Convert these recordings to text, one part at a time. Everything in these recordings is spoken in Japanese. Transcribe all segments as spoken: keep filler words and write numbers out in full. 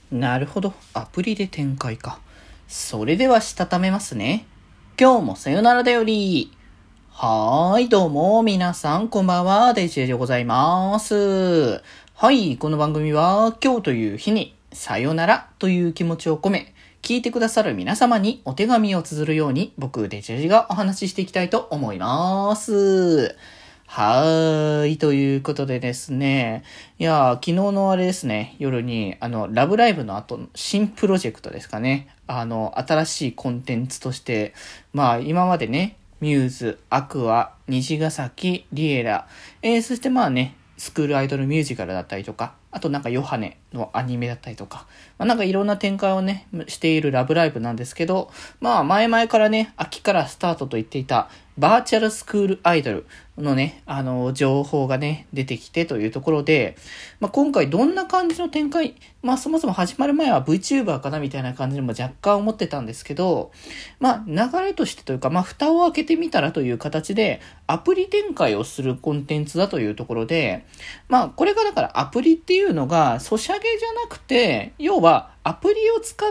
なるほど。アプリで展開か。それではしたためますね。今日もさよならだより。はーい、どうも、皆さん、こんばんは、デジェジでございます。はい、この番組は、今日という日に、さよならという気持ちを込め、聞いてくださる皆様にお手紙を綴るように、僕、デジェジがお話ししていきたいと思います。はーい。ということでですね。いやー、昨日のあれですね、夜に、あの、ラブライブの後の新プロジェクトですかね。あの、新しいコンテンツとして、まあ、今までね、ミューズ、アクア、虹ヶ崎、リエラ、えー、そしてまあね、スクールアイドルミュージカルだったりとか、あとなんかヨハネのアニメだったりとか、まあ、なんかいろんな展開をね、しているラブライブなんですけど、まあ前々からね、秋からスタートと言っていたバーチャルスクールアイドルのね、あの、情報がね、出てきてというところで、まあ今回どんな感じの展開、まあそもそも始まる前は VTuber かなみたいな感じでも若干思ってたんですけど、まあ流れとしてというか、まあ蓋を開けてみたらという形で、アプリ展開をするコンテンツだというところで、まあこれがだからアプリっていうのがソシャゲじゃなくて、要はアプリを使って、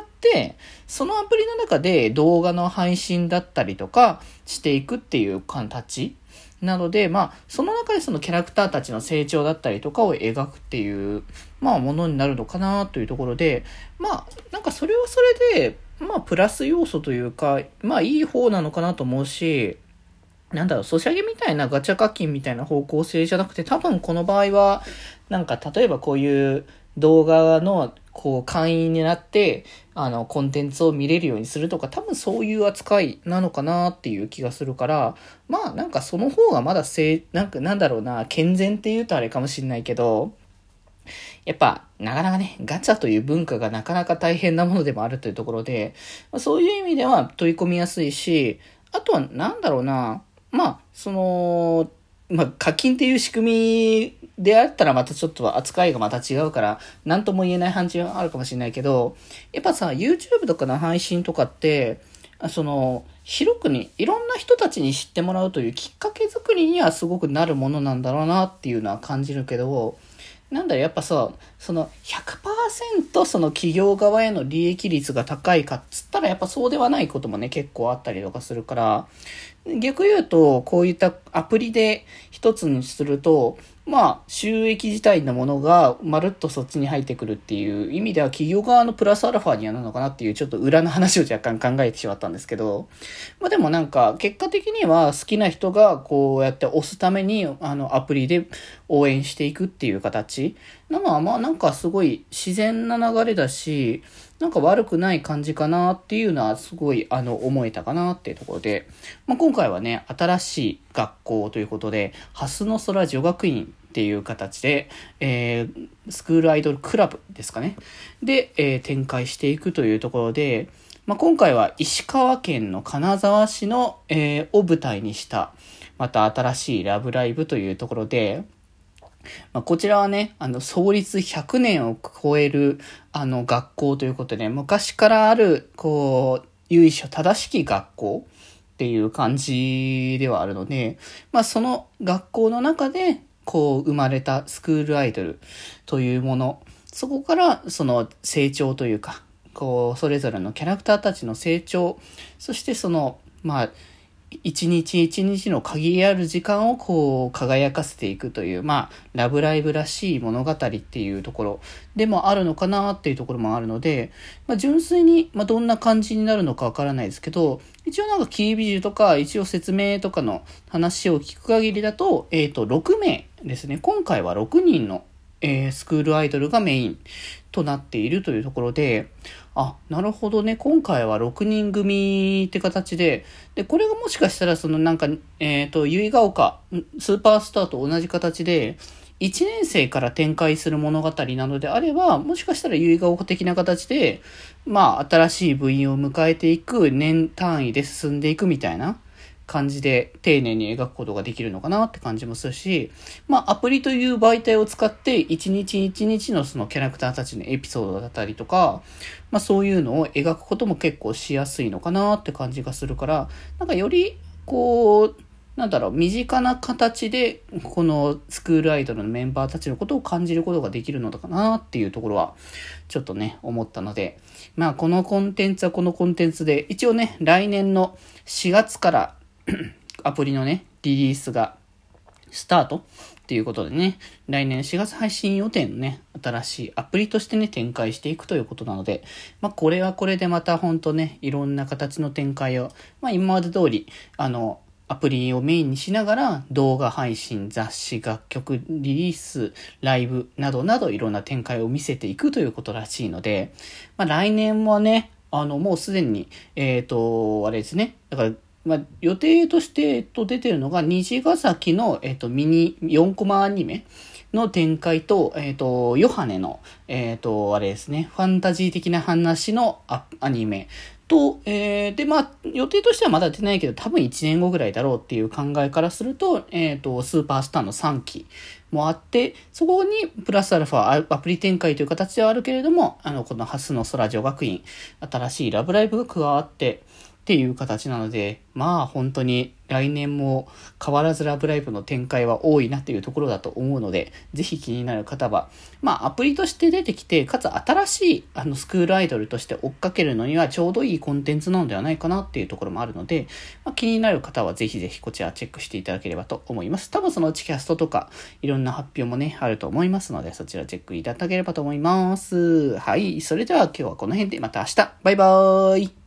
そのアプリの中で動画の配信だったりとかしていくっていう形なので、まあその中でそのキャラクターたちの成長だったりとかを描くっていう、まあものになるのかなというところで、まあなんかそれはそれで、まあプラス要素というか、まあいい方なのかなと思うし、なんだろう、ソシャゲみたいなガチャ課金みたいな方向性じゃなくて、多分この場合は、なんか例えばこういう動画のこう会員になって、あの、コンテンツを見れるようにするとか、多分そういう扱いなのかなっていう気がするから、まあなんかその方がまだせい、なんかなんだろうな、健全って言うとあれかもしれないけど、やっぱ、なかなかね、ガチャという文化がなかなか大変なものでもあるというところで、そういう意味では取り込みやすいし、あとはなんだろうな、まあ、その、まあ、課金っていう仕組みであったらまたちょっと扱いがまた違うから、なんとも言えない感じはあるかもしれないけど、やっぱさ、YouTube とかの配信とかって、その、広くに、いろんな人たちに知ってもらうというきっかけ作りにはすごくなるものなんだろうなっていうのは感じるけど、なんだろやっぱさ、その ひゃくパーセント その企業側への利益率が高いかっつったらやっぱそうではないこともね結構あったりとかするから、逆言うとこういったアプリで一つにすると、まあ収益自体のものがまるっとそっちに入ってくるっていう意味では企業側のプラスアルファにはなるのかなっていうちょっと裏の話を若干考えてしまったんですけど、まあでもなんか結果的には好きな人がこうやって押すためにあのアプリで応援していくっていう形なのはまあなんかすごい自然な流れだし、なんか悪くない感じかなっていうのはすごいあの思えたかなっていうところで、まあ、今回はね新しい学校ということで蓮の空女学院っていう形で、えー、スクールアイドルクラブですかねで、えー、展開していくというところで、まあ、今回は石川県の金沢市の、えー、を舞台にしたまた新しいラブライブというところで、まあ、こちらはね、あの、創立ひゃくねんを超える、あの、学校ということで、昔からある、こう、由緒正しき学校っていう感じではあるので、まあ、その学校の中で、こう、生まれたスクールアイドルというもの、そこから、その成長というか、こう、それぞれのキャラクターたちの成長、そしてその、まあ、一日一日の限りある時間をこう輝かせていくという、まあ、ラブライブらしい物語っていうところでもあるのかなっていうところもあるので、まあ、純粋に、まあ、どんな感じになるのかわからないですけど、一応なんかキービジュとか一応説明とかの話を聞く限りだと、えっと、ろくめいですね。今回はろくにんの、えー、スクールアイドルがメインとなっているというところで、あ、なるほどね。今回はろくにん組って形で、で、これがもしかしたらそのなんか、えっと、結ヶ丘、スーパースターと同じ形で、いちねん生から展開する物語なのであれば、もしかしたら結ヶ丘的な形で、まあ、新しい部員を迎えていく年単位で進んでいくみたいな感じで丁寧に描くことができるのかなって感じもするし、まあアプリという媒体を使って一日一日のそのキャラクターたちのエピソードだったりとか、まあそういうのを描くことも結構しやすいのかなって感じがするから、なんかよりこうなんだろう、身近な形で、このスクールアイドルのメンバーたちのことを感じることができるのかなっていうところは、ちょっとね、思ったので、まあ、このコンテンツはこのコンテンツで、一応ね、来年のしがつからアプリのね、リリースがスタートっていうことでね、来年しがつ配信予定のね、新しいアプリとしてね、展開していくということなので、まあ、これはこれでまたほんとね、いろんな形の展開を、まあ、今まで通り、あの、アプリをメインにしながら動画配信、雑誌、楽曲リリース、ライブなどなどいろんな展開を見せていくということらしいので、まあ、来年はね、あの、もうすでに、えっと、あれですね、だから、まあ、予定として、えっと、出てるのが、虹ヶ崎の、えっと、ミニよんコマアニメの展開と、えっと、ヨハネの、えっと、あれですね、ファンタジー的な話のアアニメと、えー、で、まあ、予定としてはまだ出てないけど、多分いちねんごぐらいだろうっていう考えからすると、えっと、スーパースターのさんきもあって、そこにプラスアルファアプリ展開という形ではあるけれども、あの、このハスの空女学院、新しいラブライブが加わって、っていう形なので、まあ本当に来年も変わらずラブライブの展開は多いなっていうところだと思うので、ぜひ気になる方は、まあアプリとして出てきて、かつ新しいあのスクールアイドルとして追っかけるのにはちょうどいいコンテンツなのではないかなっていうところもあるので、まあ、気になる方はぜひぜひこちらチェックしていただければと思います。多分そのうちキャストとかいろんな発表もね、あると思いますので、そちらチェックいただければと思います。はい。それでは今日はこの辺でまた明日。バイバーイ。